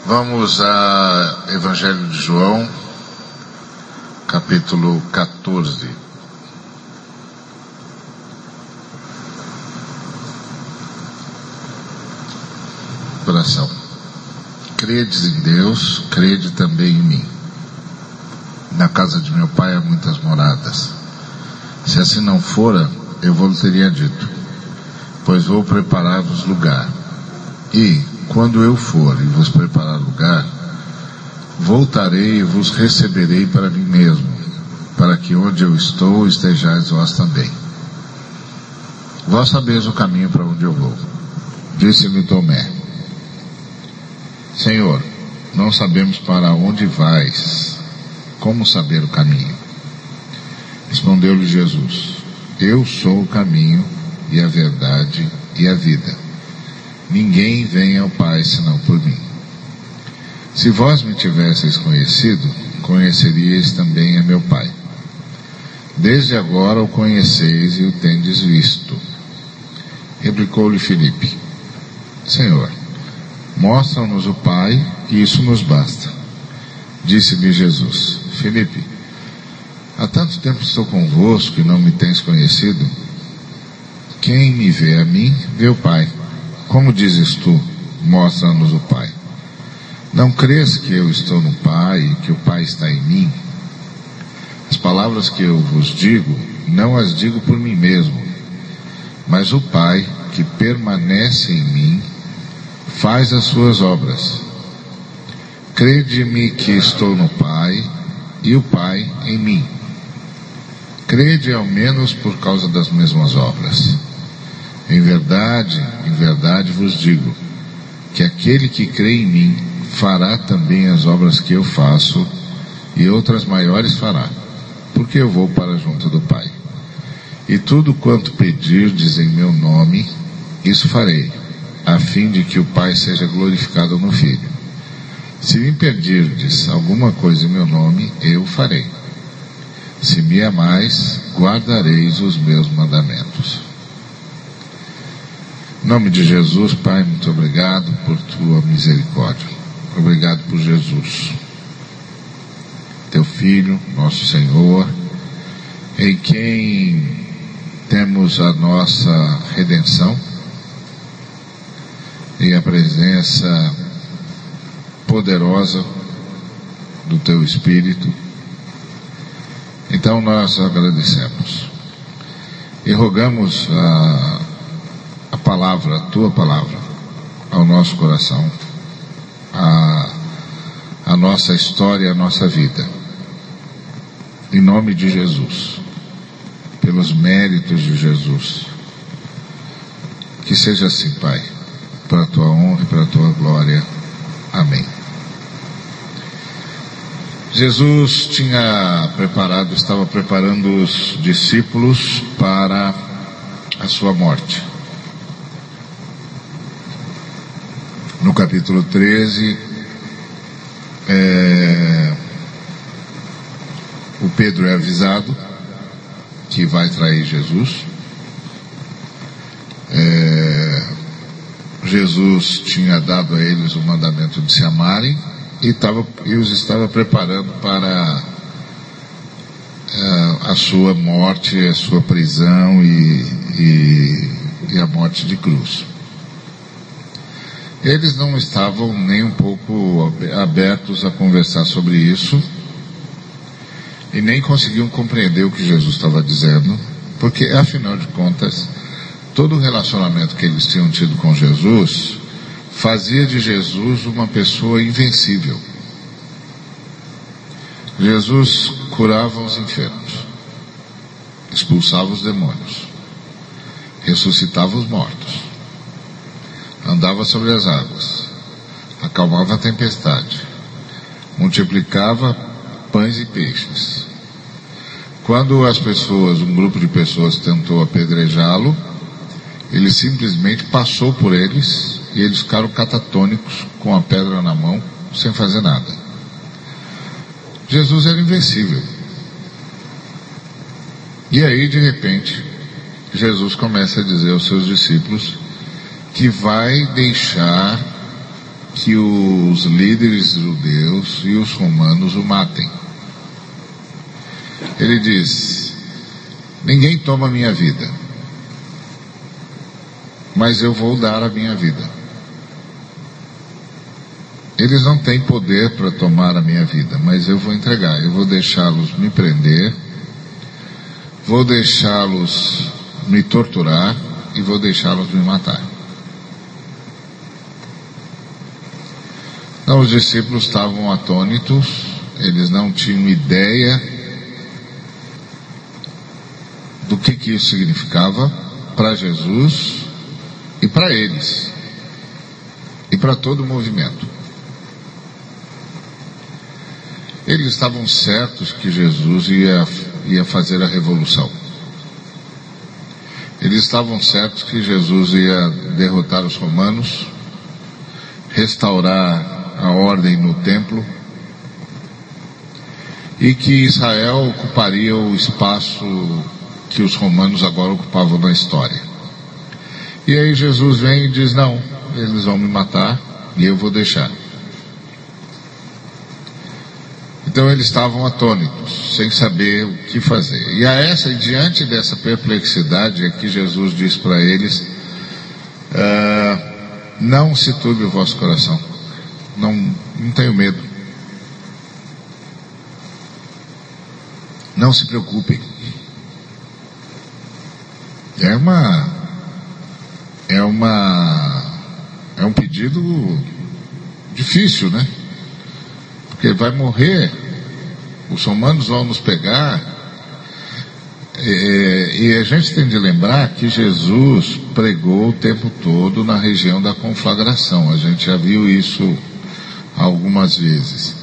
Vamos a Evangelho de João, capítulo 14. Oração. Credes em Deus, crede também em mim. Na casa de meu pai há muitas moradas. Se assim não fora, eu vou-lhe teria dito, pois vou preparar-vos lugar. E, quando eu for e vos preparar lugar, voltarei e vos receberei para mim mesmo, para que onde eu estou estejais vós também. Vós sabeis o caminho para onde eu vou. Disse-me Tomé: Senhor, não sabemos para onde vais, como saber o caminho? Respondeu-lhe Jesus: Eu sou o caminho e a verdade e a vida. Ninguém vem ao Pai senão por mim. Se vós me tivesseis conhecido, conheceríeis também a meu Pai. Desde agora o conheceis e o tendes visto. Replicou-lhe Filipe: Senhor, mostra-nos o Pai, e isso nos basta. Disse-lhe Jesus: Filipe, há tanto tempo estou convosco e não me tens conhecido? Quem me vê a mim, vê o Pai. Como dizes tu, mostra-nos o Pai? Não crês que eu estou no Pai e que o Pai está em mim? As palavras que eu vos digo, não as digo por mim mesmo, mas o Pai, que permanece em mim, faz as suas obras. Crede-me que estou no Pai e o Pai em mim. Crede ao menos por causa das mesmas obras. Em verdade vos digo, que aquele que crê em mim fará também as obras que eu faço, e outras maiores fará, porque eu vou para junto do Pai. E tudo quanto pedirdes em meu nome, isso farei, a fim de que o Pai seja glorificado no Filho. Se me pedirdes alguma coisa em meu nome, eu farei. Se me amais, guardareis os meus mandamentos. Em nome de Jesus, Pai, muito obrigado por tua misericórdia. Obrigado por Jesus, teu Filho, nosso Senhor, em quem temos a nossa redenção e a presença poderosa do teu Espírito. Então nós agradecemos e rogamos a tua palavra ao nosso coração, a nossa história, a nossa vida, em nome de Jesus, pelos méritos de Jesus. Que seja assim, Pai, para a tua honra e para a tua glória. Amém. Jesus estava preparando os discípulos para a sua morte. No capítulo 13, o Pedro é avisado que vai trair Jesus. Jesus tinha dado a eles o mandamento de se amarem e os estava preparando para a sua morte, a sua prisão e a morte de cruz. Eles não estavam nem um pouco abertos a conversar sobre isso e nem conseguiam compreender o que Jesus estava dizendo, porque, afinal de contas, todo o relacionamento que eles tinham tido com Jesus fazia de Jesus uma pessoa invencível. Jesus curava os enfermos, expulsava os demônios, ressuscitava os mortos, andava sobre as águas, acalmava a tempestade, multiplicava pães e peixes. Quando um grupo de pessoas tentou apedrejá-lo, ele simplesmente passou por eles e eles ficaram catatônicos com a pedra na mão, sem fazer nada. Jesus era invencível. E aí, de repente, Jesus começa a dizer aos seus discípulos que vai deixar que os líderes judeus e os romanos o matem. Ele diz: ninguém toma a minha vida, mas eu vou dar a minha vida. Eles não têm poder para tomar a minha vida, mas eu vou entregar. Eu vou deixá-los me prender, vou deixá-los me torturar e vou deixá-los me matar. Então os discípulos estavam atônitos, eles não tinham ideia do que isso significava para Jesus e para eles e para todo o movimento. Eles estavam certos que Jesus ia fazer a revolução. Eles estavam certos que Jesus ia derrotar os romanos, restaurar a ordem no templo, e que Israel ocuparia o espaço que os romanos agora ocupavam na história. E aí Jesus vem e diz: não, eles vão me matar e eu vou deixar. Então eles estavam atônitos, sem saber o que fazer. E diante dessa perplexidade é que Jesus diz para eles: não se turbe o vosso coração, não tenho medo, não se preocupem. É um pedido difícil, né? Porque vai morrer, os romanos vão nos pegar, e a gente tem de lembrar que Jesus pregou o tempo todo na região da conflagração. A gente já viu isso algumas vezes.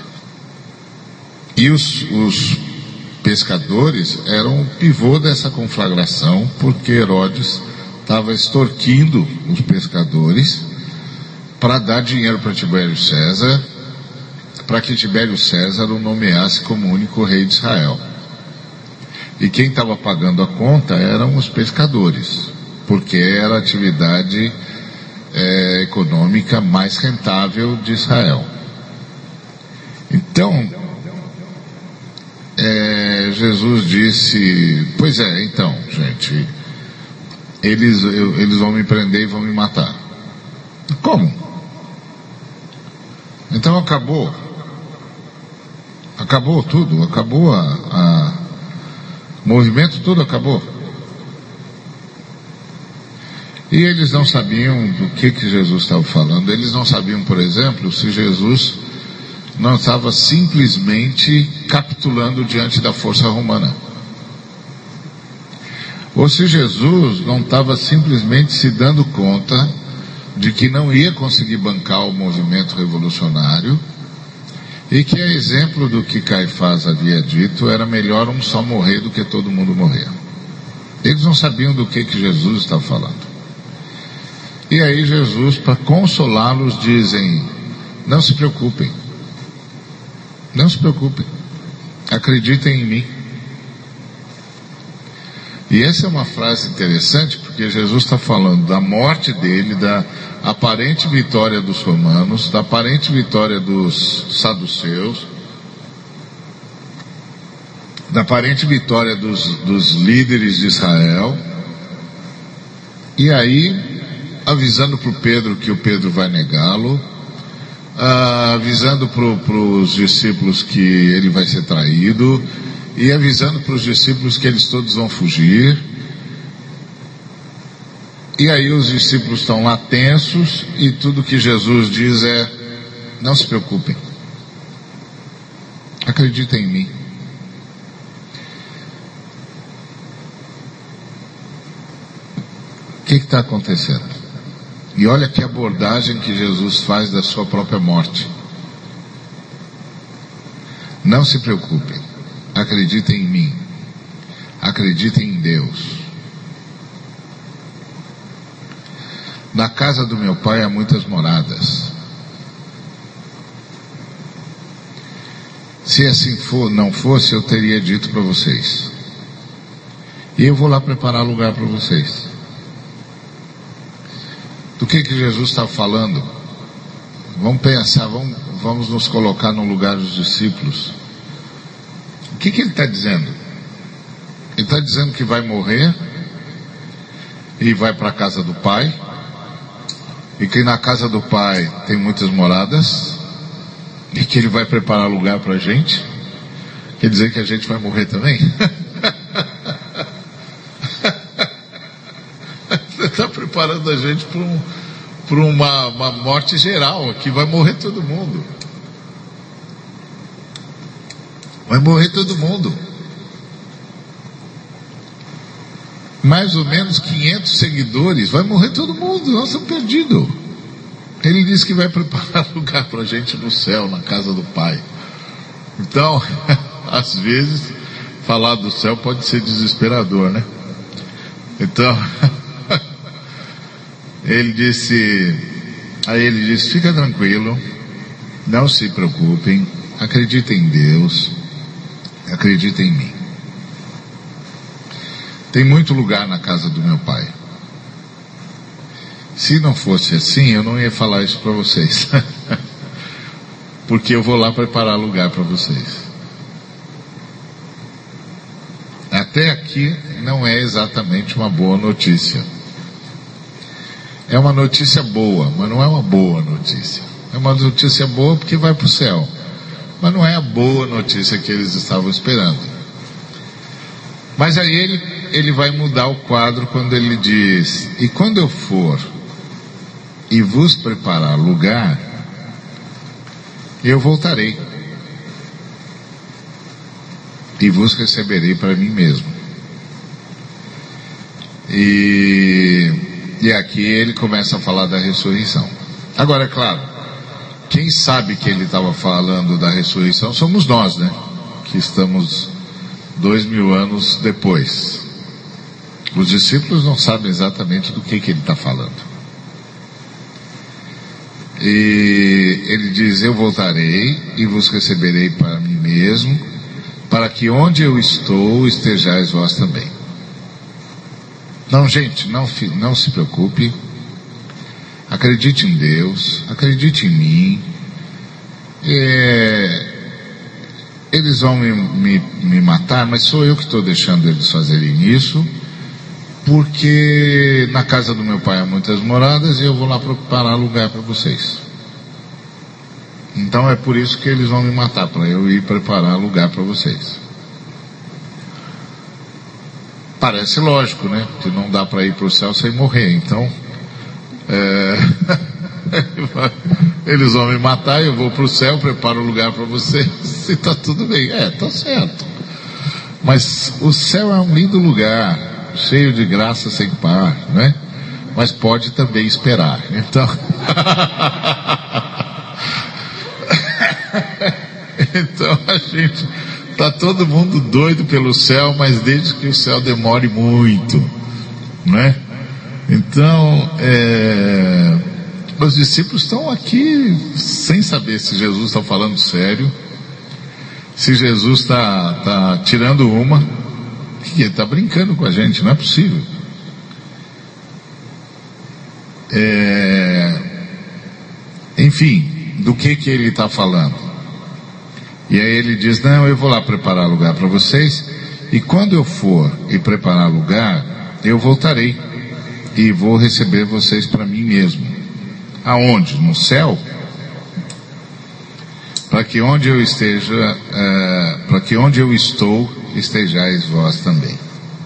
E os pescadores eram o pivô dessa conflagração, porque Herodes estava extorquindo os pescadores para dar dinheiro para Tibério César, para que Tibério César o nomeasse como único rei de Israel. E quem estava pagando a conta eram os pescadores, porque era a atividade econômica mais rentável de Israel. Então, Jesus disse: pois é, então, gente, eles vão me prender e vão me matar. Como? Então acabou tudo, acabou o movimento, tudo acabou. E eles não sabiam do que Jesus estava falando. Eles não sabiam, por exemplo, se Jesus não estava simplesmente capitulando diante da força romana, ou se Jesus não estava simplesmente se dando conta de que não ia conseguir bancar o movimento revolucionário, e que, a exemplo do que Caifás havia dito, era melhor um só morrer do que todo mundo morrer. Eles não sabiam do que Jesus estava falando. E aí Jesus, para consolá-los, dizem: não se preocupem, não se preocupem, acreditem em mim. E essa é uma frase interessante, porque Jesus está falando da morte dele, da aparente vitória dos romanos, da aparente vitória dos saduceus, da aparente vitória dos líderes de Israel, e aí avisando para o Pedro que o Pedro vai negá-lo, avisando para os discípulos que ele vai ser traído, e avisando para os discípulos que eles todos vão fugir. E aí os discípulos estão lá tensos, e tudo que Jesus diz é: não se preocupem, acreditem em mim. O que está acontecendo? E olha que abordagem que Jesus faz da sua própria morte. Não se preocupem, acreditem em mim, acreditem em Deus. Na casa do meu pai há muitas moradas. Se assim não fosse, eu teria dito para vocês. E eu vou lá preparar lugar para vocês. Do que Jesus está falando? Vamos pensar, vamos nos colocar no lugar dos discípulos. O que ele está dizendo? Ele está dizendo que vai morrer e vai para a casa do Pai, e que na casa do Pai tem muitas moradas, e que ele vai preparar lugar para a gente. Quer dizer que a gente vai morrer também? Ele está preparando a gente para uma morte geral, que vai morrer todo mundo. Vai morrer todo mundo. Mais ou menos 500 seguidores, vai morrer todo mundo, nós estamos perdidos. Ele disse que vai preparar lugar para a gente no céu, na casa do Pai. Então, às vezes, falar do céu pode ser desesperador, né? Então, ele disse, fica tranquilo, não se preocupem, acreditem em Deus, acreditem em mim. Tem muito lugar na casa do meu Pai. Se não fosse assim, eu não ia falar isso para vocês. Porque eu vou lá preparar lugar para vocês. Até aqui não é exatamente uma boa notícia. É uma notícia boa, mas não é uma boa notícia. É uma notícia boa porque vai para o céu. Mas não é a boa notícia que eles estavam esperando. Mas aí ele vai mudar o quadro quando ele diz: e quando eu for e vos preparar lugar, eu voltarei e vos receberei para mim mesmo. E aqui ele começa a falar da ressurreição. Agora, é claro, quem sabe que ele estava falando da ressurreição somos nós, né? Que estamos 2000 anos depois. Os discípulos não sabem exatamente do que ele está falando. E ele diz: eu voltarei e vos receberei para mim mesmo, para que onde eu estou estejais vós também. Não, gente, não se preocupe. Acredite em Deus, acredite em mim. Eles vão me matar, mas sou eu que estou deixando eles fazerem isso, porque na casa do meu Pai há muitas moradas e eu vou lá preparar lugar para vocês. Então é por isso que eles vão me matar, para eu ir preparar lugar para vocês. Parece lógico, né? Que não dá para ir para o céu sem morrer. Então, eles vão me matar, eu vou para o céu, preparo lugar para vocês e está tudo bem. Tá certo. Mas o céu é um lindo lugar, cheio de graça sem par, né? Mas pode também esperar. Então, então a gente está todo mundo doido pelo céu, mas desde que o céu demore muito, né? Então, os discípulos estão aqui sem saber se Jesus está falando sério, se Jesus está tirando uma, que ele está brincando com a gente, não é possível. Enfim, do que ele está falando? E aí ele diz: não, eu vou lá preparar lugar para vocês, e quando eu for e preparar lugar, eu voltarei e vou receber vocês para mim mesmo. Aonde? No céu? Para que onde eu esteja, para que onde eu estou, estejais vós também.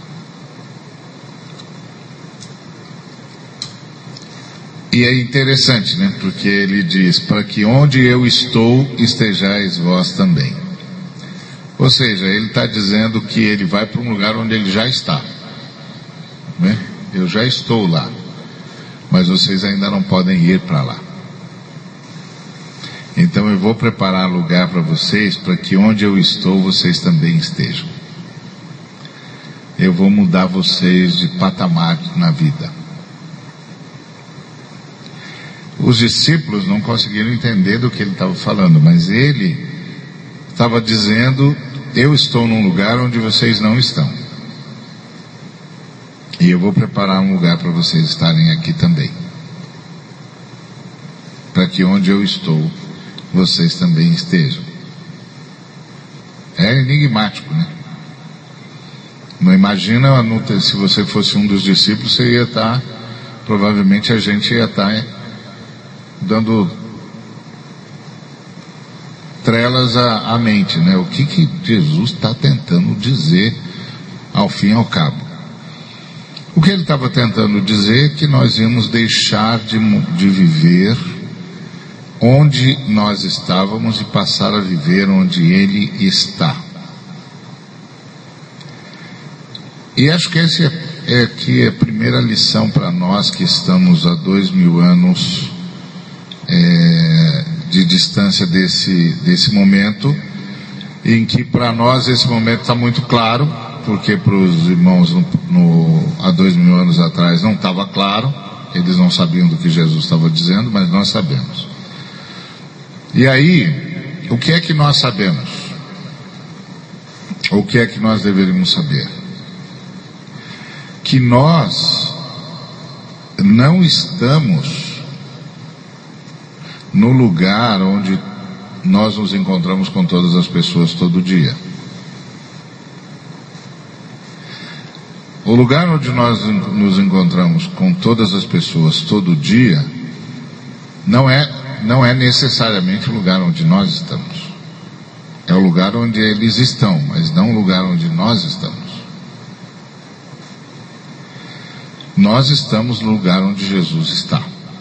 E é interessante, né? Porque ele diz: para que onde eu estou, estejais vós também. Ou seja, ele está dizendo que ele vai para um lugar onde ele já está, né? Eu já estou lá, mas vocês ainda não podem ir para lá. Então eu vou preparar lugar para vocês, para que onde eu estou, vocês também estejam. Eu vou mudar vocês de patamar na vida. Os discípulos não conseguiram entender do que ele estava falando, mas ele estava dizendo: eu estou num lugar onde vocês não estão, e eu vou preparar um lugar para vocês estarem aqui também, para para que onde eu estou, vocês também estejam. É enigmático, né? Não imagina, se você fosse um dos discípulos, você ia estar, provavelmente a gente ia estar dando trelas à mente, né? O que Jesus está tentando dizer ao fim e ao cabo? O que ele estava tentando dizer é que nós íamos deixar de viver onde nós estávamos e passar a viver onde ele está. E acho que essa é aqui a primeira lição para nós que estamos a 2000 anos de distância desse momento, em que para nós esse momento está muito claro, porque para os irmãos há 2000 anos atrás não estava claro, eles não sabiam do que Jesus estava dizendo, mas nós sabemos. E aí, o que é que nós sabemos? O que é que nós deveríamos saber? Que nós não estamos no lugar onde nós nos encontramos com todas as pessoas todo dia. O lugar onde nós nos encontramos com todas as pessoas todo dia não é necessariamente o lugar onde nós estamos. É o lugar onde eles estão, mas não o lugar onde nós estamos. Nós estamos no lugar onde Jesus está.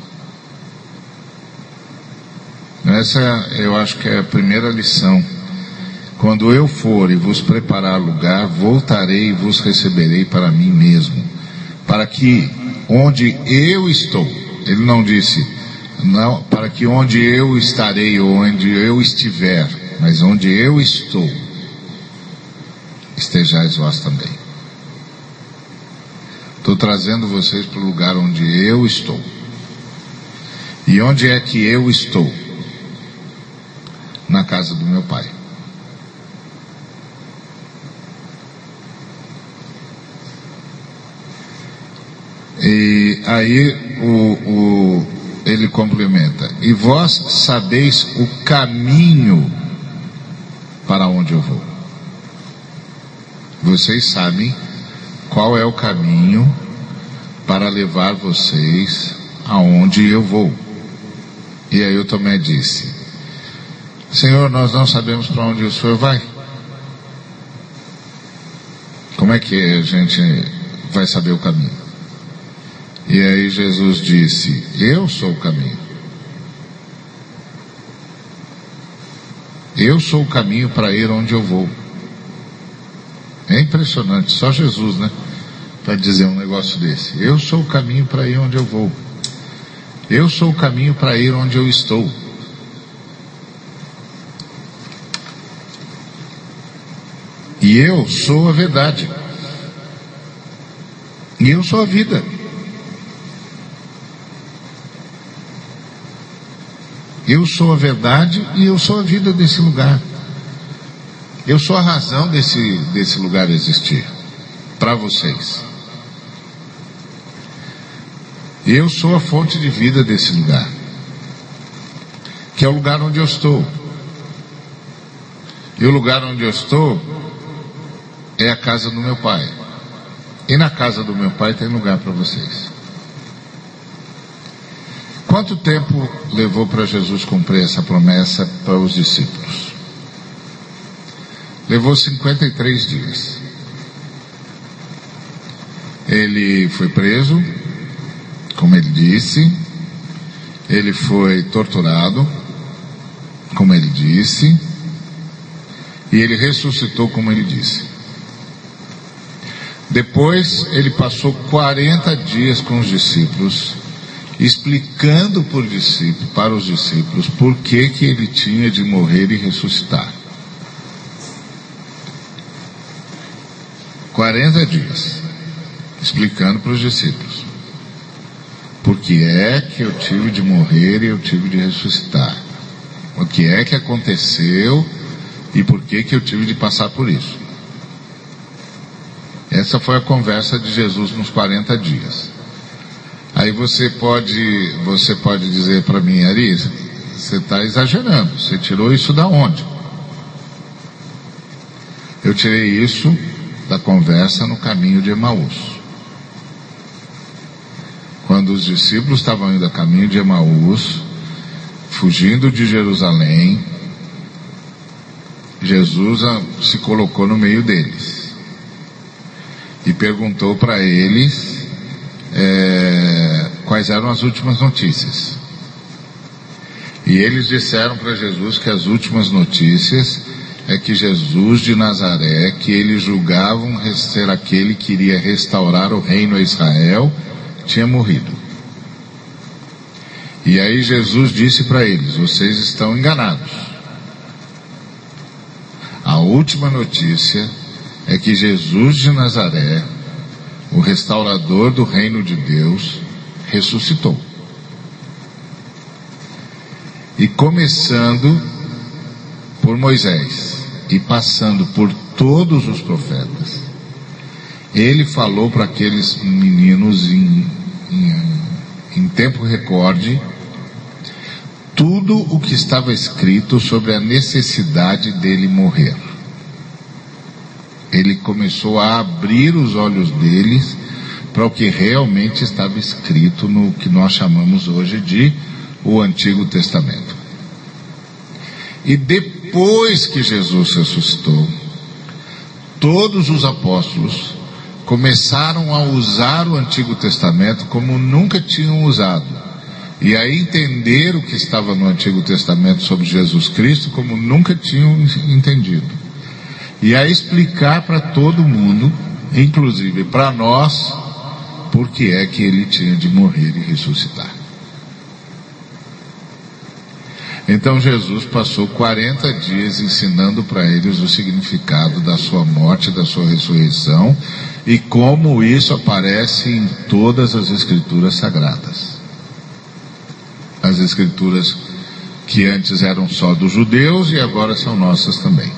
Essa eu acho que é a primeira lição. Quando eu for e vos preparar lugar, voltarei e vos receberei para mim mesmo, para que onde eu estou, ele não disse, não, para que onde eu estarei ou onde eu estiver, mas onde eu estou, estejais vós também. Estou trazendo vocês para o lugar onde eu estou. E onde é que eu estou? Na casa do meu Pai. E aí ele complementa: e vós sabeis o caminho para onde eu vou. Vocês sabem qual é o caminho para levar vocês aonde eu vou. E aí o Tomé disse: Senhor, nós não sabemos para onde o Senhor vai. Como é que a gente vai saber o caminho? E aí Jesus disse: eu sou o caminho. Eu sou o caminho para ir onde eu vou. É impressionante, só Jesus, né, para dizer um negócio desse. Eu sou o caminho para ir onde eu vou. Eu sou o caminho para ir onde eu estou. E eu sou a verdade. E eu sou a vida. Eu sou a verdade e eu sou a vida desse lugar. Eu sou a razão desse lugar existir. Para vocês. Eu sou a fonte de vida desse lugar. Que é o lugar onde eu estou. E o lugar onde eu estou é a casa do meu Pai. E na casa do meu Pai tem lugar para vocês. Quanto tempo levou para Jesus cumprir essa promessa para os discípulos? Levou 53 dias. Ele foi preso, como ele disse. Ele foi torturado, como ele disse. E ele ressuscitou, como ele disse. Depois ele passou 40 dias com os discípulos, explicando para os discípulos por que ele tinha de morrer e ressuscitar. 40 dias explicando para os discípulos por que é que eu tive de morrer e eu tive de ressuscitar, o que é que aconteceu e por que eu tive de passar por isso. Essa foi a conversa de Jesus nos 40 dias. Aí você pode dizer para mim, Ari, você está exagerando, você tirou isso da onde? Eu tirei isso da conversa no caminho de Emaús. Quando os discípulos estavam indo a caminho de Emaús, fugindo de Jerusalém, Jesus se colocou no meio deles e perguntou para eles quais eram as últimas notícias. E eles disseram para Jesus que as últimas notícias é que Jesus de Nazaré, que eles julgavam ser aquele que iria restaurar o reino a Israel, tinha morrido. E aí Jesus disse para eles: vocês estão enganados. A última notícia é que Jesus de Nazaré, o restaurador do reino de Deus, ressuscitou. E começando por Moisés e passando por todos os profetas, ele falou para aqueles meninos em tempo recorde tudo o que estava escrito sobre a necessidade dele morrer. Ele começou a abrir os olhos deles para o que realmente estava escrito no que nós chamamos hoje de o Antigo Testamento. E depois que Jesus ressuscitou, todos os apóstolos começaram a usar o Antigo Testamento como nunca tinham usado, e a entender o que estava no Antigo Testamento sobre Jesus Cristo como nunca tinham entendido, e a explicar para todo mundo, inclusive para nós, por que é que ele tinha de morrer e ressuscitar. Então Jesus passou 40 dias ensinando para eles o significado da sua morte, da sua ressurreição, e como isso aparece em todas as escrituras sagradas. As escrituras que antes eram só dos judeus e agora são nossas também.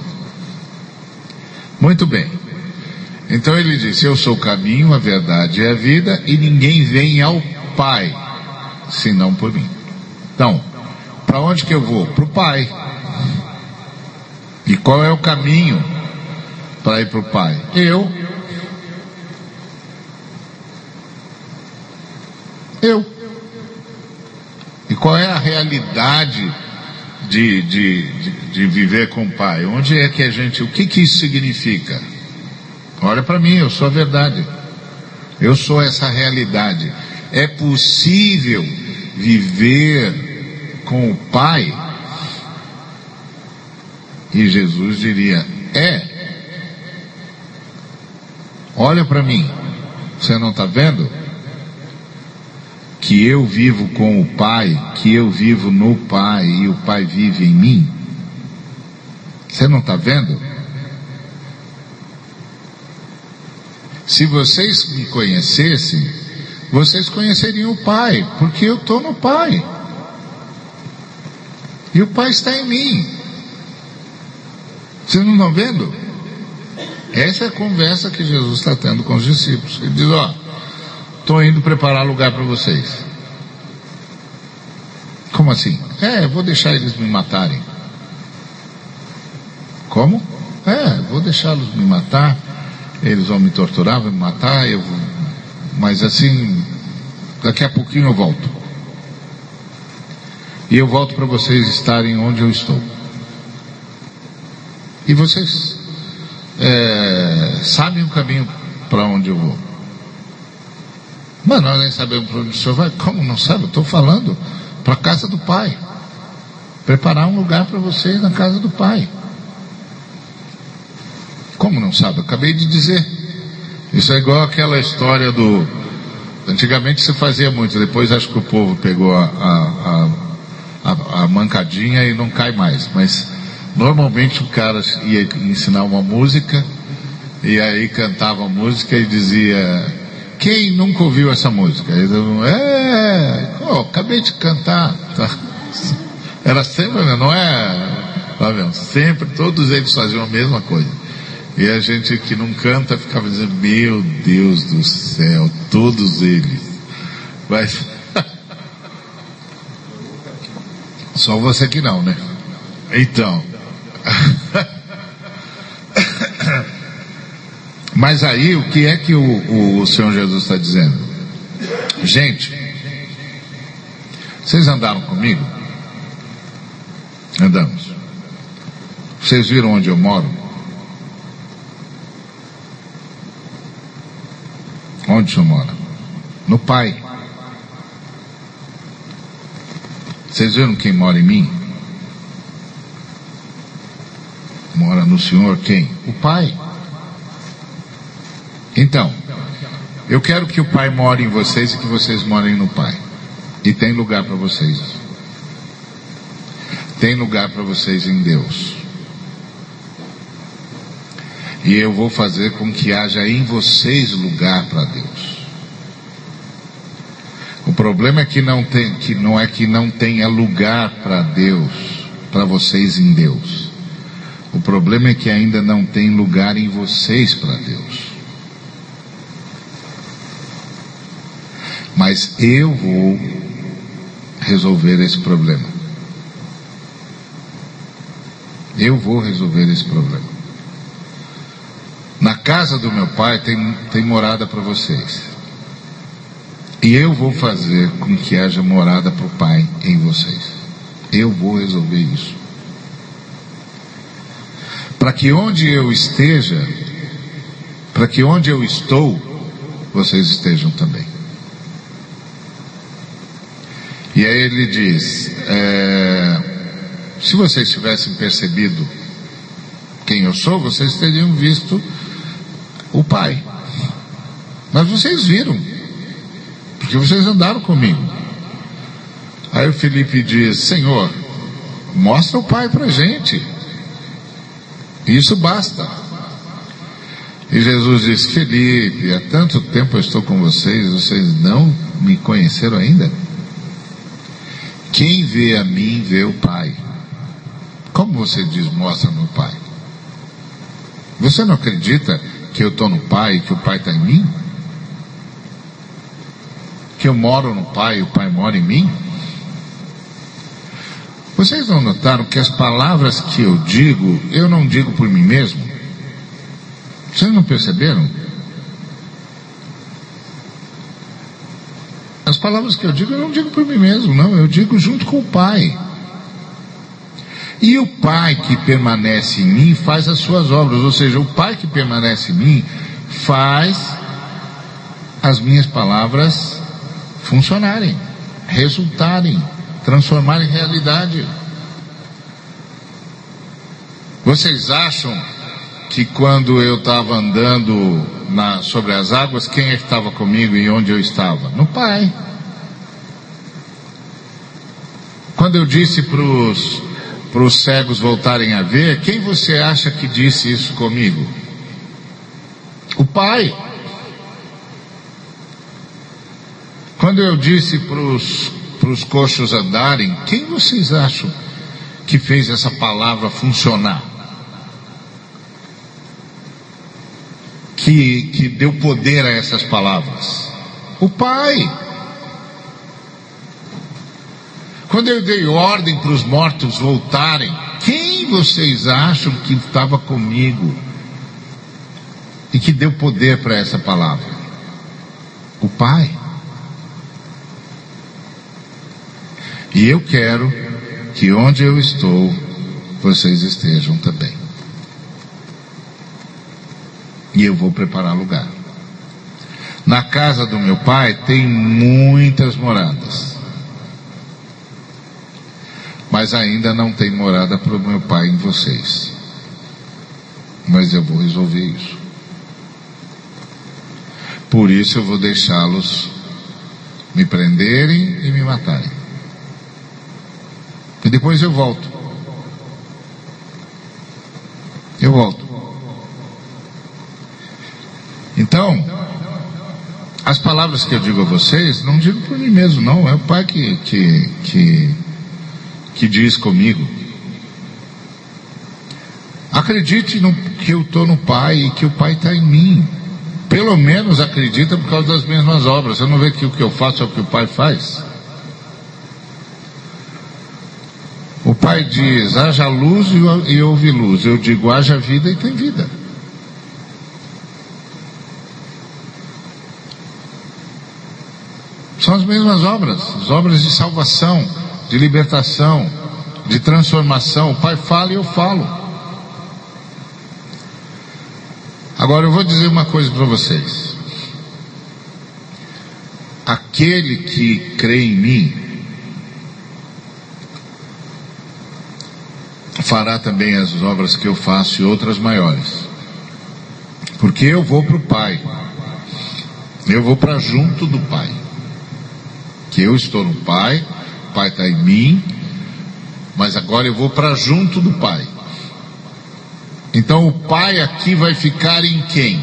Muito bem. Então ele disse: eu sou o caminho, a verdade e a vida, e ninguém vem ao Pai senão por mim. Então, para onde que eu vou? Para o Pai. E qual é o caminho para ir para o Pai? Eu. E qual é a realidade de viver com o Pai? Onde é que a gente... O que isso significa? Olha para mim, eu sou a verdade. Eu sou essa realidade. É possível viver com o Pai? E Jesus diria: olha para mim, você não está vendo? Que eu vivo com o Pai, que eu vivo no Pai e o Pai vive em mim? Você não está vendo? Se vocês me conhecessem, vocês conheceriam o Pai, porque eu estou no Pai. E o Pai está em mim. Vocês não estão vendo? Essa é a conversa que Jesus está tendo com os discípulos. Ele diz: estou indo preparar lugar para vocês. Como assim? Eu vou deixar eles me matarem. Como? Vou deixá-los me matar. Eles vão me torturar, vão me matar. Mas assim, daqui a pouquinho eu volto. E eu volto para vocês estarem onde eu estou. E vocês sabem o caminho para onde eu vou. Mas nós nem sabemos para onde o senhor vai. Como não sabe? Eu estou falando para a casa do Pai. Preparar um lugar para vocês na casa do Pai. Como não sabe? Eu acabei de dizer. Isso é igual aquela história do... Antigamente se fazia muito, depois acho que o povo pegou a mancadinha e não cai mais. Mas normalmente o cara ia ensinar uma música e aí cantava a música e dizia: quem nunca ouviu essa música? Acabei de cantar. Era sempre, não é? Tá vendo? Sempre, todos eles faziam a mesma coisa. E a gente que não canta ficava dizendo: meu Deus do céu, todos eles. Mas só você que não, né? Então. Mas aí, o que é que o Senhor Jesus está dizendo? Gente, vocês andaram comigo? Andamos. Vocês viram onde eu moro? Onde o Senhor mora? No Pai. Vocês viram quem mora em mim? Mora no Senhor quem? O Pai. Então, eu quero que o Pai more em vocês e que vocês morem no Pai. E tem lugar para vocês. Tem lugar para vocês em Deus. E eu vou fazer com que haja em vocês lugar para Deus. O problema é que não é que não tenha lugar para Deus, para vocês em Deus. O problema é que ainda não tem lugar em vocês para Deus. Mas eu vou resolver esse problema. Eu vou resolver esse problema. Na casa do meu Pai tem morada para vocês. E eu vou fazer com que haja morada para o Pai em vocês. Eu vou resolver isso. Para que onde eu esteja, para que onde eu estou, vocês estejam também. E aí ele diz, se vocês tivessem percebido quem eu sou, vocês teriam visto o Pai. Mas vocês viram, porque vocês andaram comigo. Aí o Felipe diz, Senhor, mostra o Pai pra gente. Isso basta. E Jesus diz, Felipe, há tanto tempo eu estou com vocês não me conheceram ainda? Quem vê a mim, vê o Pai. Como você diz, mostra meu Pai? Você não acredita que eu estou no Pai e que o Pai está em mim? Que eu moro no Pai e o Pai mora em mim? Vocês não notaram que as palavras que eu digo, eu não digo por mim mesmo? Vocês não perceberam? As palavras que eu não digo por mim mesmo, não, eu digo junto com o Pai. E o Pai que permanece em mim faz as suas obras, ou seja, o Pai que permanece em mim faz as minhas palavras funcionarem, resultarem, transformarem em realidade. Vocês acham que quando eu estava andando sobre as águas, quem é que estava comigo e onde eu estava? No Pai. Quando eu disse para os cegos voltarem a ver, quem você acha que disse isso comigo? O Pai. Quando eu disse para os coxos andarem, quem vocês acham que fez essa palavra funcionar? Que deu poder a essas palavras? O Pai. Quando eu dei ordem para os mortos voltarem, quem vocês acham que estava comigo e que deu poder para essa palavra? O Pai. E eu quero que onde eu estou, vocês estejam também. E eu vou preparar lugar. Na casa do meu Pai tem muitas moradas. Mas ainda não tem morada para o meu Pai em vocês. Mas eu vou resolver isso. Por isso eu vou deixá-los me prenderem e me matarem. E depois eu volto. Eu volto. Então, as palavras que eu digo a vocês, não digo por mim mesmo, não. É o Pai que diz comigo. Acredite que eu estou no Pai e que o Pai está em mim. pelo menos acredita por causa das mesmas obras. Você não vê que o que eu faço é o que o Pai faz? O Pai diz, haja luz e houve luz. Eu digo, haja vida e tem vida. São as mesmas obras, as obras de salvação, de libertação, de transformação. O Pai fala e eu falo. Agora eu vou dizer uma coisa para vocês. Aquele que crê em mim fará também as obras que eu faço e outras maiores. Porque eu vou para o Pai. Eu vou para junto do Pai. Que eu estou no Pai, o Pai está em mim, mas agora eu vou para junto do Pai. Então o Pai aqui vai ficar em quem?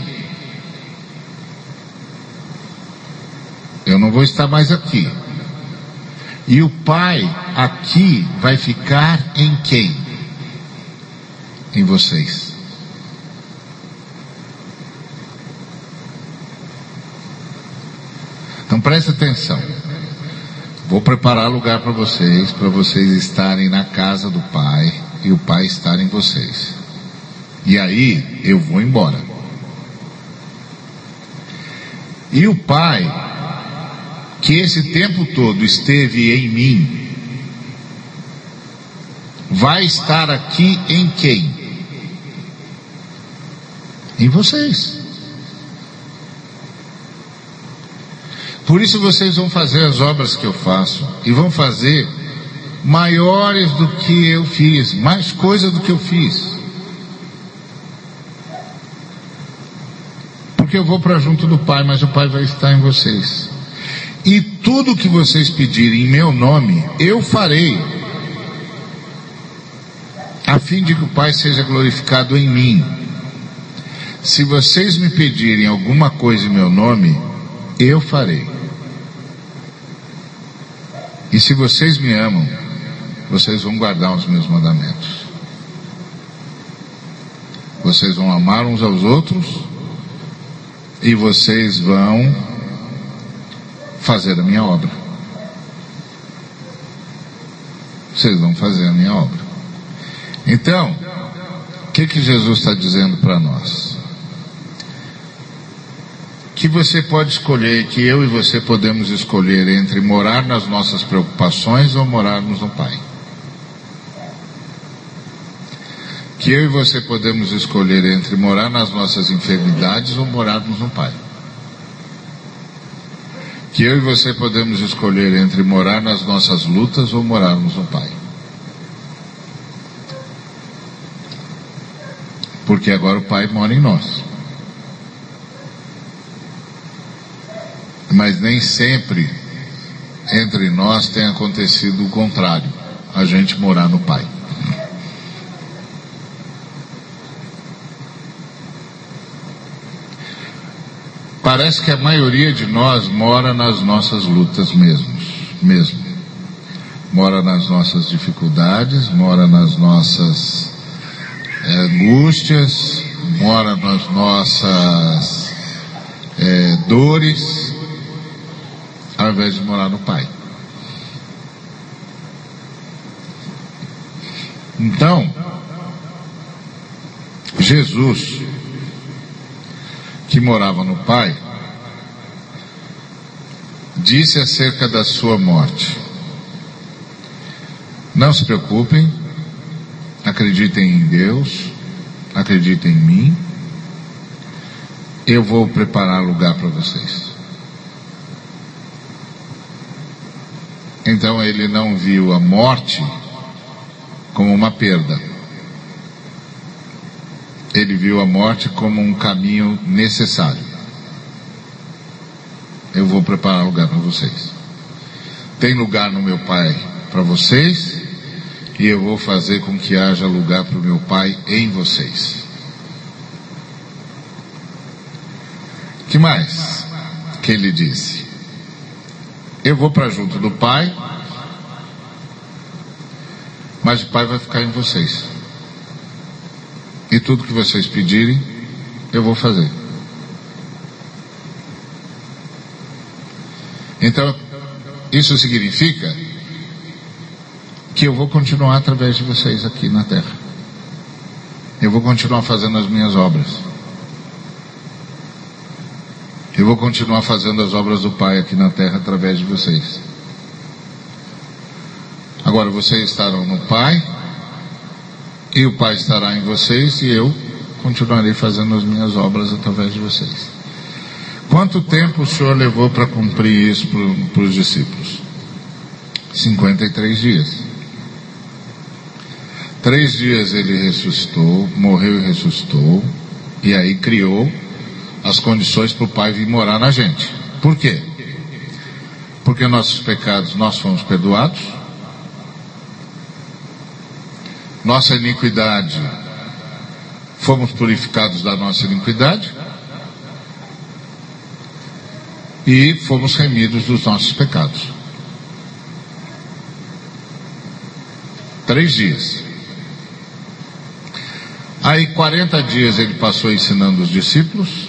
Eu não vou estar mais aqui. E o Pai aqui vai ficar em quem? Em vocês. Então preste atenção. Vou preparar lugar para vocês estarem na casa do Pai e o Pai estar em vocês. E aí eu vou embora. E o Pai, que esse tempo todo esteve em mim, vai estar aqui em quem? Em vocês. Por isso vocês vão fazer as obras que eu faço, e vão fazer maiores do que eu fiz, mais coisa do que eu fiz. Porque eu vou para junto do Pai, mas o Pai vai estar em vocês. E tudo que vocês pedirem em meu nome, eu farei, a fim de que o Pai seja glorificado em mim. Se vocês me pedirem alguma coisa em meu nome, eu farei. E se vocês me amam, vocês vão guardar os meus mandamentos. Vocês vão amar uns aos outros, e vocês vão fazer a minha obra. Vocês vão fazer a minha obra. Então, o que Jesus está dizendo para nós? Que você pode escolher, que eu e você podemos escolher entre morar nas nossas preocupações ou morarmos no Pai. Que eu e você podemos escolher entre morar nas nossas enfermidades ou morarmos no Pai. Que eu e você podemos escolher entre morar nas nossas lutas ou morarmos no Pai. Porque agora o Pai mora em nós. Mas nem sempre entre nós tem acontecido o contrário, a gente morar no Pai. Parece que a maioria de nós mora nas nossas lutas mesmo. Mora nas nossas dificuldades, mora nas nossas angústias, mora nas nossas dores, ao invés de morar no Pai. Então, Jesus, que morava no Pai, disse acerca da sua morte: não se preocupem, acreditem em Deus, acreditem em mim, eu vou preparar lugar para vocês. Então ele não viu a morte como uma perda. Ele viu a morte como um caminho necessário. Eu vou preparar lugar para vocês. Tem lugar no meu Pai para vocês, e eu vou fazer com que haja lugar para o meu Pai em vocês. Que mais que ele disse? Eu vou para junto do Pai, mas o Pai vai ficar em vocês. E tudo que vocês pedirem, eu vou fazer. Então, isso significa que eu vou continuar através de vocês aqui na terra. Eu vou continuar fazendo as minhas obras. Eu vou continuar fazendo as obras do Pai aqui na terra através de vocês. Agora vocês estarão no Pai, e o Pai estará em vocês, e eu continuarei fazendo as minhas obras através de vocês. Quanto tempo o Senhor levou para cumprir isso para os discípulos? 53 dias. 3 dias ele ressuscitou, morreu e ressuscitou, e aí criou as condições para o Pai vir morar na gente. Por quê? Porque nossos pecados nós fomos perdoados, nossa iniquidade, fomos purificados da nossa iniquidade, e fomos remidos dos nossos pecados. 3 dias. Aí 40 dias ele passou ensinando os discípulos.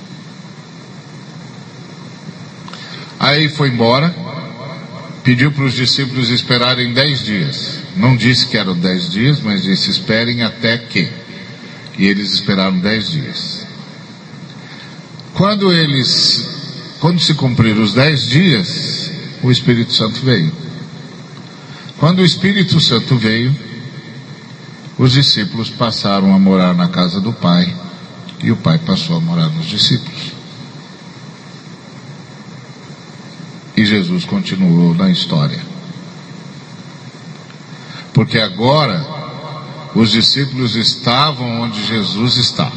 Aí foi embora, pediu para os discípulos esperarem 10 dias. Não disse que eram 10 dias, mas disse esperem até que. E eles esperaram 10 dias. Quando se cumpriram os 10 dias, o Espírito Santo veio. Quando o Espírito Santo veio, os discípulos passaram a morar na casa do Pai, e o Pai passou a morar nos discípulos. E Jesus continuou na história. Porque agora os discípulos estavam onde Jesus está.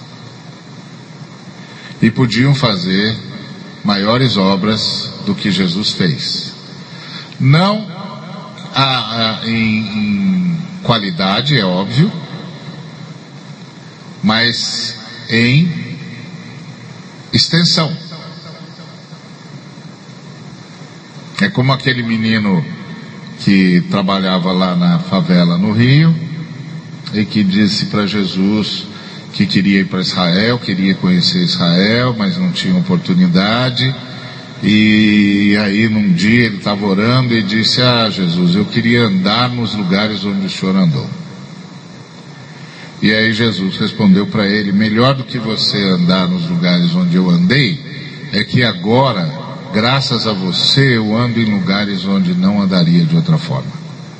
E podiam fazer maiores obras do que Jesus fez. Não em qualidade, é óbvio, mas em extensão. É como aquele menino que trabalhava lá na favela no Rio e que disse para Jesus que queria ir para Israel, queria conhecer Israel, mas não tinha oportunidade. E aí num dia ele estava orando e disse: Jesus, eu queria andar nos lugares onde o Senhor andou. E aí Jesus respondeu para ele: melhor do que você andar nos lugares onde eu andei, é que agora, graças a você, eu ando em lugares onde não andaria de outra forma.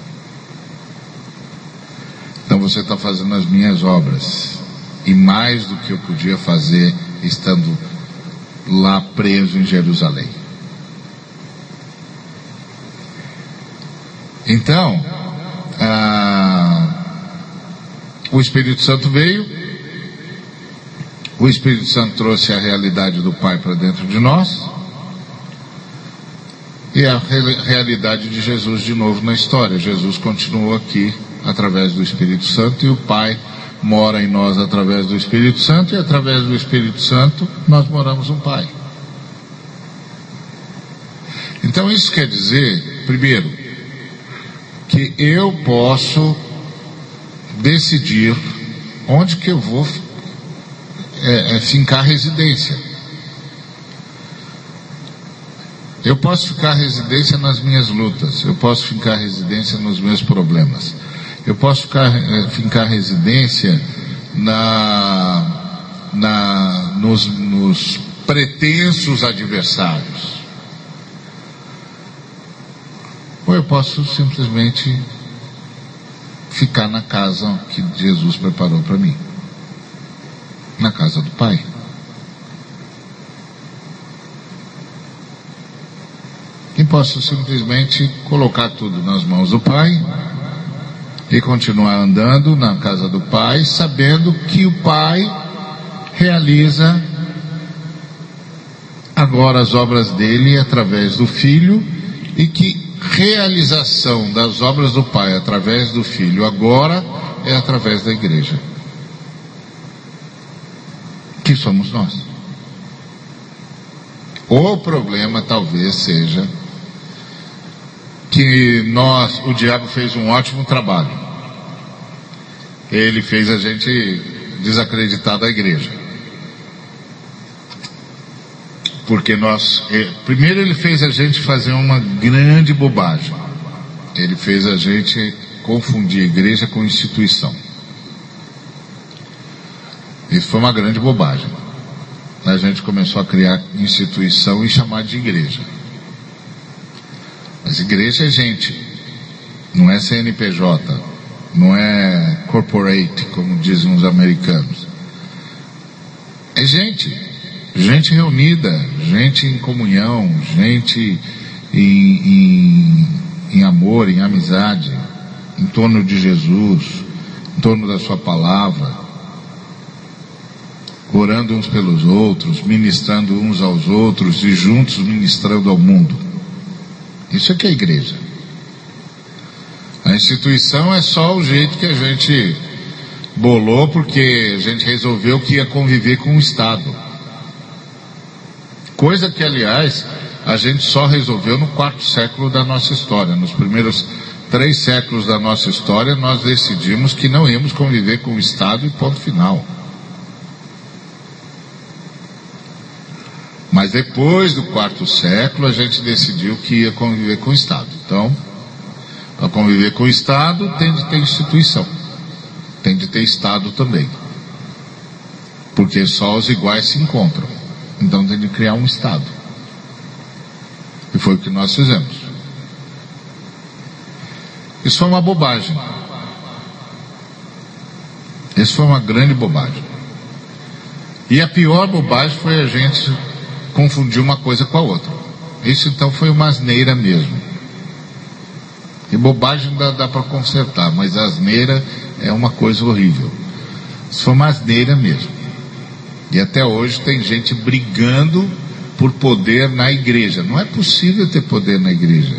Então você está fazendo as minhas obras, e mais do que eu podia fazer estando lá preso em Jerusalém. Então, o Espírito Santo veio, o Espírito Santo trouxe a realidade do Pai para dentro de nós, e a realidade de Jesus de novo na história. Jesus continuou aqui através do Espírito Santo, e o Pai mora em nós através do Espírito Santo, e através do Espírito Santo nós moramos no Pai. Então isso quer dizer, primeiro, que eu posso decidir onde que eu vou fincar residência. Eu posso ficar residência nas minhas lutas, eu posso fincar residência nos meus problemas, eu posso fincar residência nos pretensos adversários. Ou eu posso simplesmente ficar na casa que Jesus preparou para mim, na casa do Pai. E posso simplesmente colocar tudo nas mãos do Pai e continuar andando na casa do Pai, sabendo que o Pai realiza agora as obras dele através do Filho, e que realização das obras do Pai através do Filho agora é através da igreja, que somos nós. O problema talvez seja que o diabo fez um ótimo trabalho. Ele fez a gente desacreditar da igreja. Porque primeiro ele fez a gente fazer uma grande bobagem. Ele fez a gente confundir igreja com instituição. Isso foi uma grande bobagem. A gente começou a criar instituição e chamar de igreja. Mas igreja é gente, não é CNPJ, não é corporate, como dizem os americanos. É gente reunida, gente em comunhão, gente em amor, em amizade, em torno de Jesus, em torno da sua palavra, orando uns pelos outros, ministrando uns aos outros e juntos ministrando ao mundo. Isso é que é a igreja. A instituição é só o jeito que a gente bolou, porque a gente resolveu que ia conviver com o Estado. Coisa que, aliás, a gente só resolveu no 4º século da nossa história. Nos primeiros 3 séculos da nossa história, nós decidimos que não íamos conviver com o Estado e ponto final. Mas depois do 4º século, a gente decidiu que ia conviver com o Estado. Então, para conviver com o Estado, tem de ter instituição. Tem de ter Estado também. Porque só os iguais se encontram. Então tem de criar um Estado. E foi o que nós fizemos. Isso foi uma bobagem. Isso foi uma grande bobagem. E a pior bobagem foi a gente confundir uma coisa com a outra. Isso então foi uma asneira mesmo. E bobagem dá para consertar, mas a asneira é uma coisa horrível. Isso foi uma asneira mesmo. E até hoje tem gente brigando por poder na igreja. Não é possível ter poder na igreja.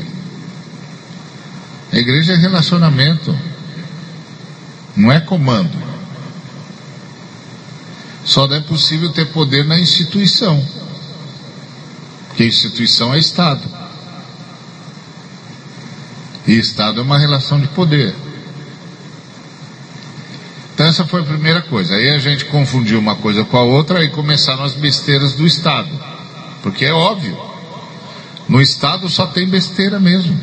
A igreja é relacionamento, não é comando. Só não é possível ter poder na instituição, porque a instituição é Estado. E Estado é uma relação de poder. Então essa foi a primeira coisa. Aí a gente confundiu uma coisa com a outra e começaram as besteiras do Estado. Porque é óbvio, no Estado só tem besteira mesmo.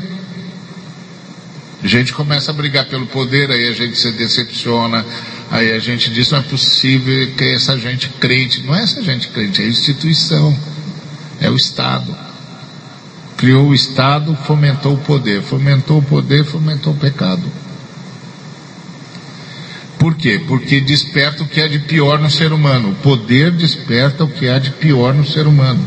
A gente começa a brigar pelo poder, aí a gente se decepciona, aí a gente diz, não é possível que essa gente crente. Não é essa gente crente, é a instituição, é o Estado. Criou o Estado, fomentou o poder, fomentou o pecado. Por quê? Porque desperta o que há de pior no ser humano. O poder desperta o que há de pior no ser humano.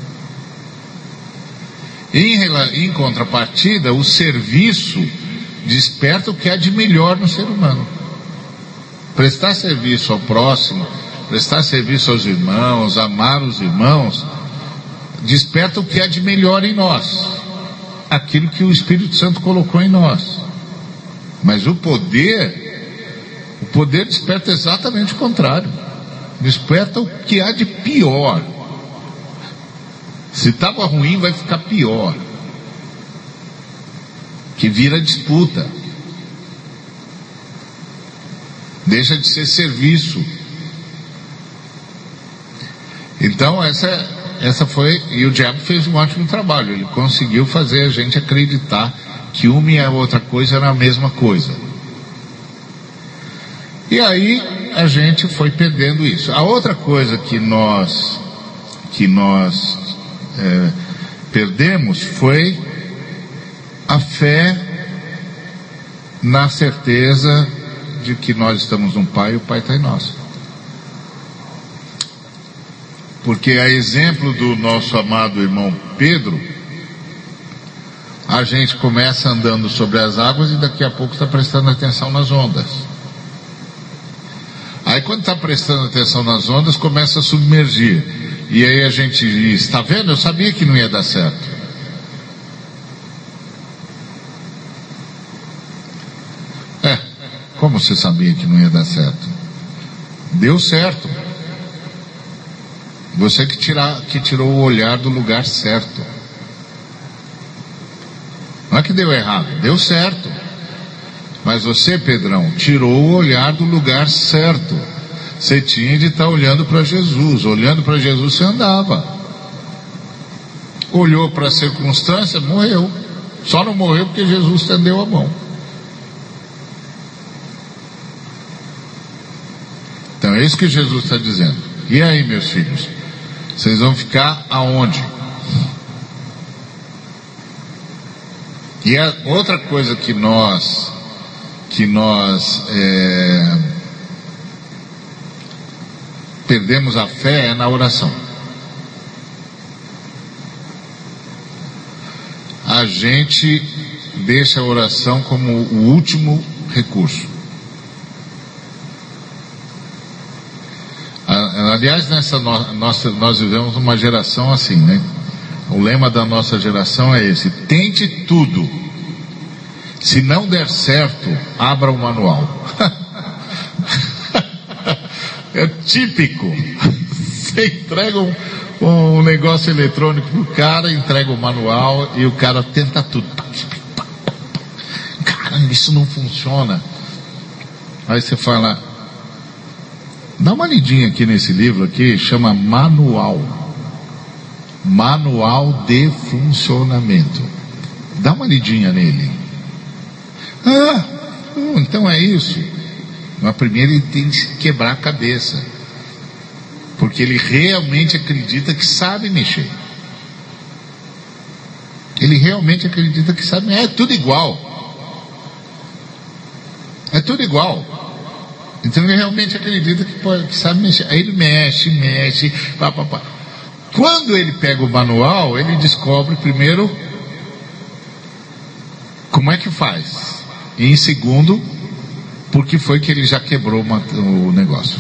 Em contrapartida, o serviço desperta o que há de melhor no ser humano. Prestar serviço ao próximo, prestar serviço aos irmãos, amar os irmãos, desperta o que há de melhor em nós. Aquilo que o Espírito Santo colocou em nós. Mas o poder desperta exatamente o contrário. Desperta o que há de pior. Se estava ruim, vai ficar pior. Que vira disputa. Deixa de ser serviço. Então essa foi, e o diabo fez um ótimo trabalho. Ele conseguiu fazer a gente acreditar que uma e a outra coisa era a mesma coisa. E aí a gente foi perdendo isso. A outra coisa que nós perdemos foi a fé na certeza de que nós estamos num Pai e o Pai está em nós. Porque a exemplo do nosso amado irmão Pedro, a gente começa andando sobre as águas e daqui a pouco está prestando atenção nas ondas. Aí quando está prestando atenção nas ondas, começa a submergir. E aí a gente diz, está vendo? Eu sabia que não ia dar certo. Como você sabia que não ia dar certo? Deu certo. Você que tirou o olhar do lugar certo. Não é que deu errado, deu certo. Mas você, Pedrão, tirou o olhar do lugar certo. Você tinha de estar olhando para Jesus. Olhando para Jesus você andava. olhou para a circunstância, morreu. Só não morreu porque Jesus estendeu a mão. Então é isso que Jesus está dizendo. E aí, meus filhos, vocês vão ficar aonde? E a outra coisa que nós perdemos a fé é na oração. A gente deixa a oração como o último recurso. Aliás, nós vivemos uma geração assim, né? O lema da nossa geração é esse: tente tudo. Se não der certo, abra o manual. É típico. Você entrega um negócio eletrônico pro cara, entrega o manual e o cara tenta tudo. Caramba, isso não funciona. Aí você fala, dá uma lidinha aqui nesse livro aqui, chama Manual de Funcionamento. Dá uma lidinha nele. Então é isso. Mas primeiro ele tem que quebrar a cabeça, porque ele realmente acredita que sabe mexer. Ele realmente acredita que sabe. É tudo igual. É tudo igual. Então ele realmente acredita que sabe mexer. Aí ele mexe, pá. Quando ele pega o manual, ele descobre primeiro como é que faz. E em segundo, porque foi que ele já quebrou o negócio.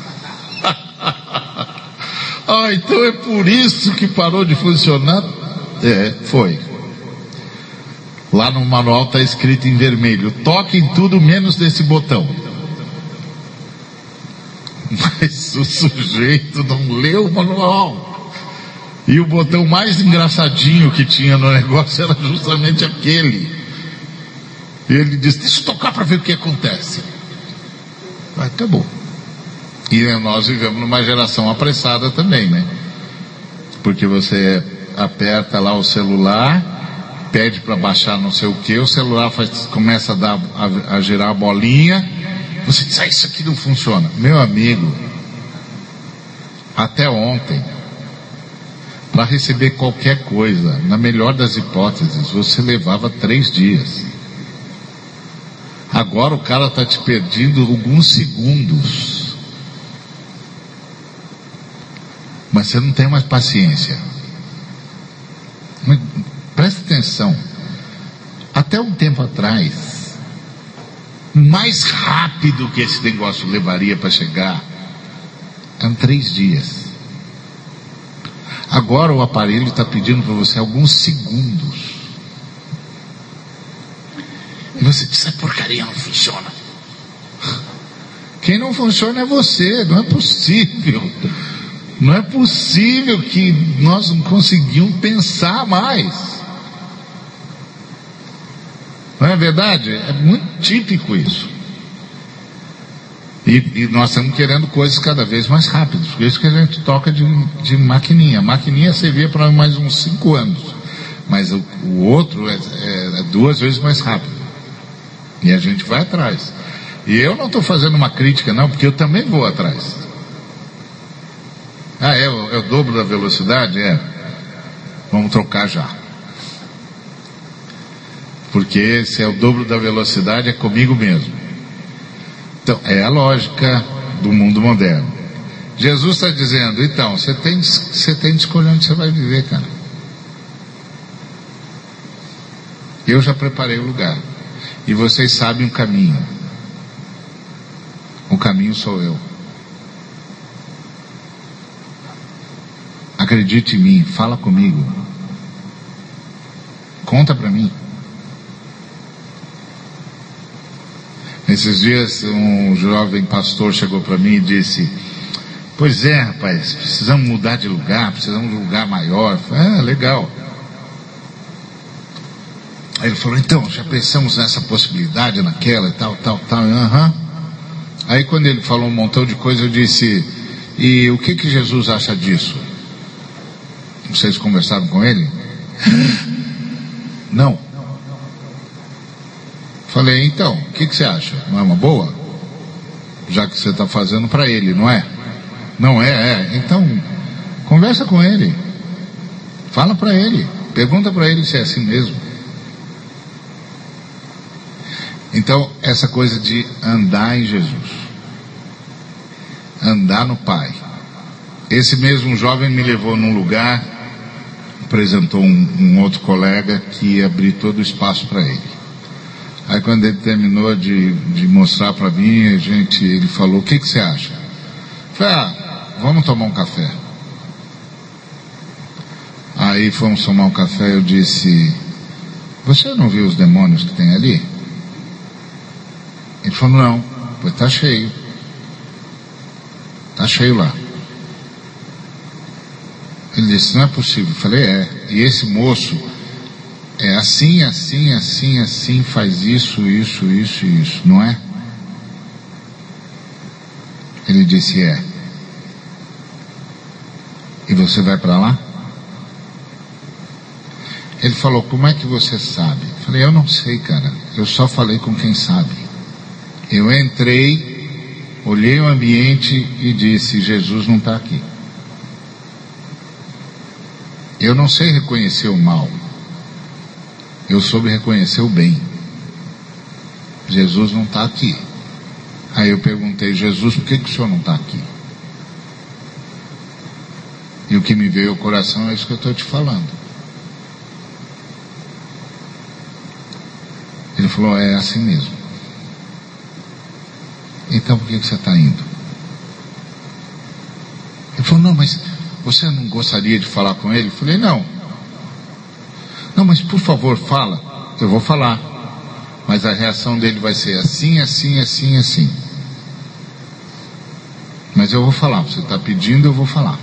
Então é por isso que parou de funcionar? Foi. Lá no manual está escrito em vermelho: toque em tudo menos desse botão. Mas o sujeito não leu o manual. E o botão mais engraçadinho que tinha no negócio era justamente aquele. E ele disse: deixa eu tocar para ver o que acontece. Acabou. E nós vivemos numa geração apressada também, né? Porque você aperta lá o celular, pede para baixar não sei o que, o celular começa a girar a bolinha, você diz: isso aqui não funciona. Meu amigo, até ontem, para receber qualquer coisa, na melhor das hipóteses, você levava 3 dias. Agora o cara está te perdendo alguns segundos. Mas você não tem mais paciência. Mas presta atenção. Até um tempo atrás, mais rápido que esse negócio levaria para chegar, eram 3 dias. Agora o aparelho está pedindo para você alguns segundos. E você diz: essa porcaria não funciona. Quem não funciona é você. Não é possível. Não é possível que nós não conseguimos pensar mais. Não é verdade? É muito típico isso. E nós estamos querendo coisas cada vez mais rápidas. Por isso que a gente toca de maquininha. A maquininha servia para mais uns 5 anos. Mas o outro é 2 vezes mais rápido. E a gente vai atrás. E eu não estou fazendo uma crítica não, porque eu também vou atrás. É o dobro da velocidade? Vamos trocar já. Porque se é o dobro da velocidade, é comigo mesmo. Então, é a lógica do mundo moderno. Jesus está dizendo: então, você tem de escolher onde você vai viver, cara. Eu já preparei o lugar. E vocês sabem o caminho. O caminho sou eu. Acredite em mim, fala comigo. Conta para mim. Nesses dias um jovem pastor chegou para mim e disse: pois é, rapaz, precisamos mudar de lugar, precisamos de um lugar maior. Eu falei: legal. Aí ele falou: então, já pensamos nessa possibilidade, naquela e tal. Aí quando ele falou um montão de coisa, eu disse: e o que Jesus acha disso? Vocês conversaram com ele? Não. Falei, então, o que você acha? Não é uma boa? Já que você está fazendo para ele, não é? Não é. Então, conversa com ele. Fala para ele. Pergunta para ele se é assim mesmo. Então, essa coisa de andar em Jesus. Andar no Pai. Esse mesmo jovem me levou num lugar, apresentou um outro colega que ia abrir todo o espaço para ele. Aí quando ele terminou de mostrar para mim, ele falou, o que você acha? Eu falei, vamos tomar um café. Aí fomos tomar um café, eu disse, você não viu os demônios que tem ali? Ele falou, não, pois está cheio. Está cheio lá. Ele disse, não é possível. Eu falei, e esse moço é assim, faz isso, não é? Ele disse, E você vai para lá? Ele falou, como é que você sabe? Eu falei, eu não sei, cara, eu só falei com quem sabe. Eu entrei, olhei o ambiente e disse, Jesus não está aqui. Eu não sei reconhecer o mal, eu soube reconhecer o bem. Jesus não está aqui. Aí eu perguntei, Jesus, por que o senhor não está aqui? E o que me veio ao coração é isso que eu estou te falando. Ele falou, é assim mesmo. Então por que você está indo? Ele falou, não, mas você não gostaria de falar com ele? Eu falei, não. Não, mas por favor, fala. Eu vou falar. Mas a reação dele vai ser assim. Mas eu vou falar. Você está pedindo, eu vou falar.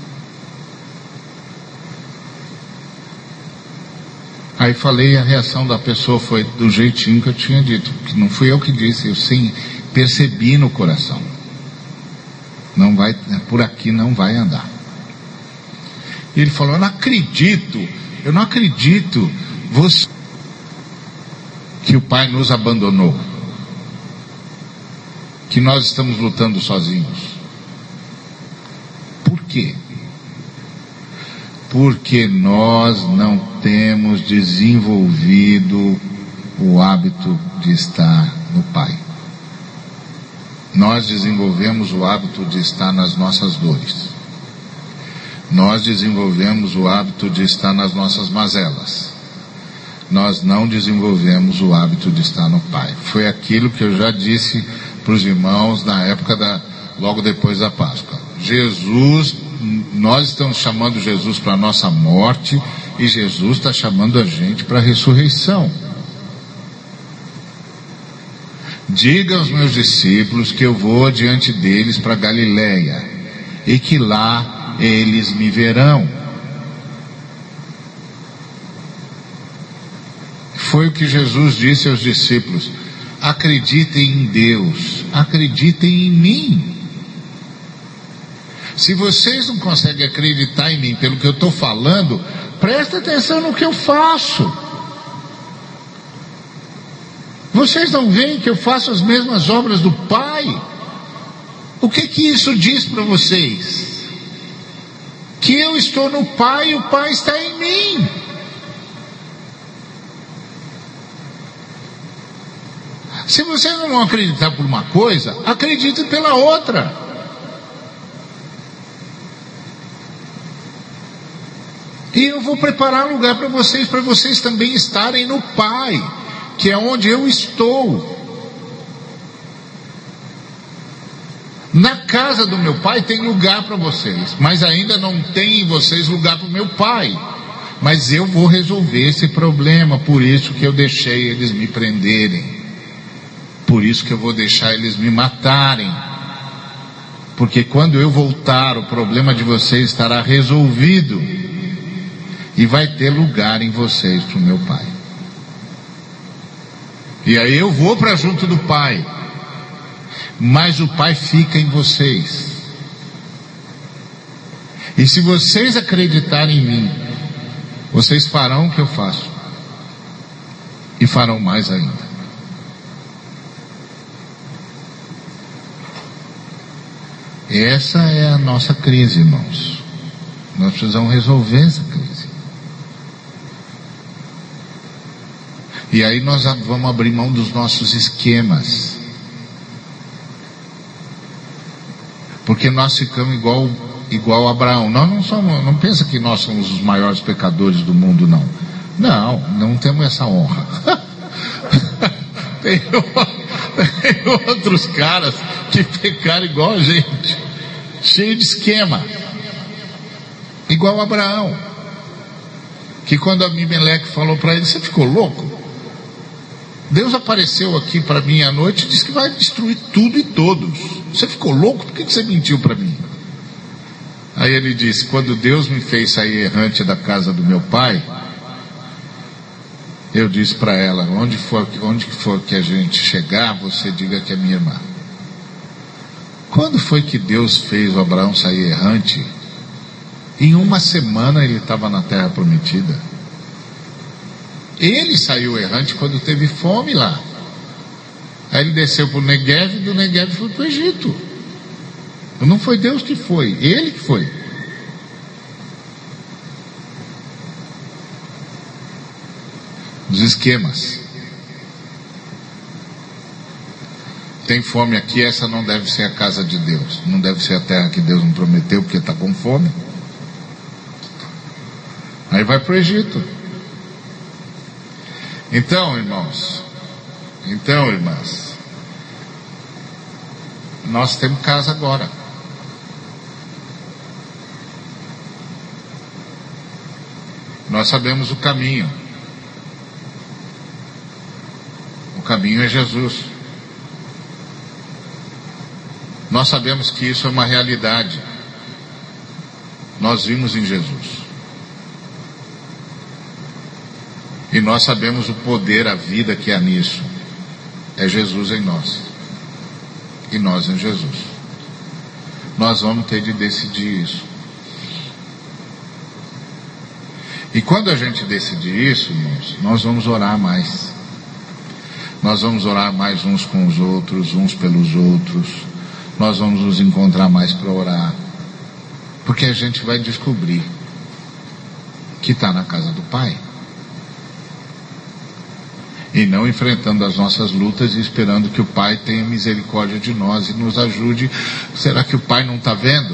Aí falei e a reação da pessoa foi do jeitinho que eu tinha dito. Que não fui eu que disse, eu sim percebi no coração. Não vai, por aqui não vai andar. E ele falou, eu não acredito que o Pai nos abandonou, que nós estamos lutando sozinhos. Por quê? Porque nós não temos desenvolvido o hábito de estar no Pai. Nós desenvolvemos o hábito de estar nas nossas dores. Nós desenvolvemos o hábito de estar nas nossas mazelas. Nós não desenvolvemos o hábito de estar no Pai. Foi aquilo que eu já disse para os irmãos na época logo depois da Páscoa. Jesus, nós estamos chamando Jesus para a nossa morte e Jesus está chamando a gente para a ressurreição. Diga aos meus discípulos que eu vou diante deles para Galileia e que lá eles me verão. Foi o que Jesus disse aos discípulos: acreditem em Deus, acreditem em mim. Se vocês não conseguem acreditar em mim pelo que eu estou falando, presta atenção no que eu faço. Vocês não veem que eu faço as mesmas obras do Pai? O que isso diz para vocês? Que eu estou no Pai e o Pai está em mim. Se vocês não vão acreditar por uma coisa, acreditem pela outra. E eu vou preparar lugar para vocês também estarem no Pai, que é onde eu estou. Na casa do meu Pai tem lugar para vocês, mas ainda não tem em vocês lugar para o meu Pai. Mas eu vou resolver esse problema, por isso que eu deixei eles me prenderem. Por isso que eu vou deixar eles me matarem. Porque quando eu voltar, o problema de vocês estará resolvido. E vai ter lugar em vocês para o meu Pai. E aí eu vou para junto do Pai. Mas o Pai fica em vocês. E se vocês acreditarem em mim, Vocês farão o que eu faço, e farão mais ainda. Essa é a nossa crise, irmãos. Nós precisamos resolver essa crise. E aí nós vamos abrir mão dos nossos esquemas. Porque nós ficamos igual Abraão. Nós não somos, não pensa que nós somos os maiores pecadores do mundo, não. Não temos essa honra. Tem outros caras que pecaram igual a gente, cheio de esquema, igual Abraão, que quando Abimeleque falou para ele: você ficou louco? Deus apareceu aqui para mim à noite e disse que vai destruir tudo e todos. Você ficou louco? Por que você mentiu para mim? Aí ele disse: quando Deus me fez sair errante da casa do meu pai, eu disse para ela: onde for que a gente chegar, você diga que é minha irmã. Quando foi que Deus fez o Abraão sair errante? Em uma semana ele estava na terra prometida. Ele saiu errante quando teve fome lá. Aí ele desceu para o Negev, e do Negev foi para o Egito. Não foi Deus que foi, ele que foi. Os esquemas. Tem fome aqui, essa não deve ser a casa de Deus, não deve ser a terra que Deus não prometeu, porque está com fome. Aí vai para o Egito. Então, irmãos, irmãs, nós temos casa agora. Nós sabemos o caminho. O caminho é Jesus. Nós sabemos que isso é uma realidade. Nós vimos em Jesus. E nós sabemos o poder, a vida que há nisso. É Jesus em nós. E nós em Jesus. Nós vamos ter de decidir isso. E quando a gente decidir isso, irmãos, nós vamos orar mais. Nós vamos orar mais uns com os outros, uns pelos outros. Nós vamos nos encontrar mais para orar. Porque a gente vai descobrir que está na casa do Pai. E não enfrentando as nossas lutas e esperando que o Pai tenha misericórdia de nós e nos ajude. Será que o Pai não está vendo?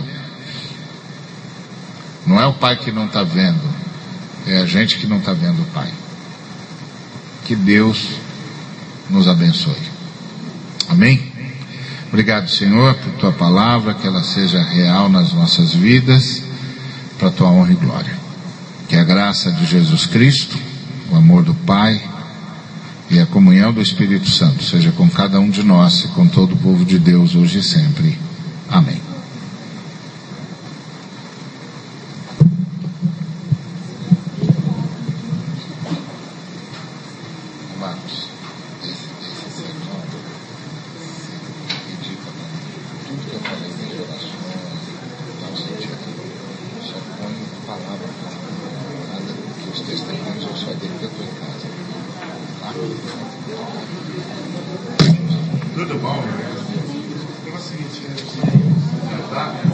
Não é o Pai que não está vendo, é a gente que não está vendo o Pai. Que Deus nos abençoe. Amém? Obrigado, Senhor, por Tua palavra, que ela seja real nas nossas vidas, para Tua honra e glória. Que a graça de Jesus Cristo, o amor do Pai e a comunhão do Espírito Santo seja com cada um de nós e com todo o povo de Deus hoje e sempre. Amém. Tudo bom? É o seguinte,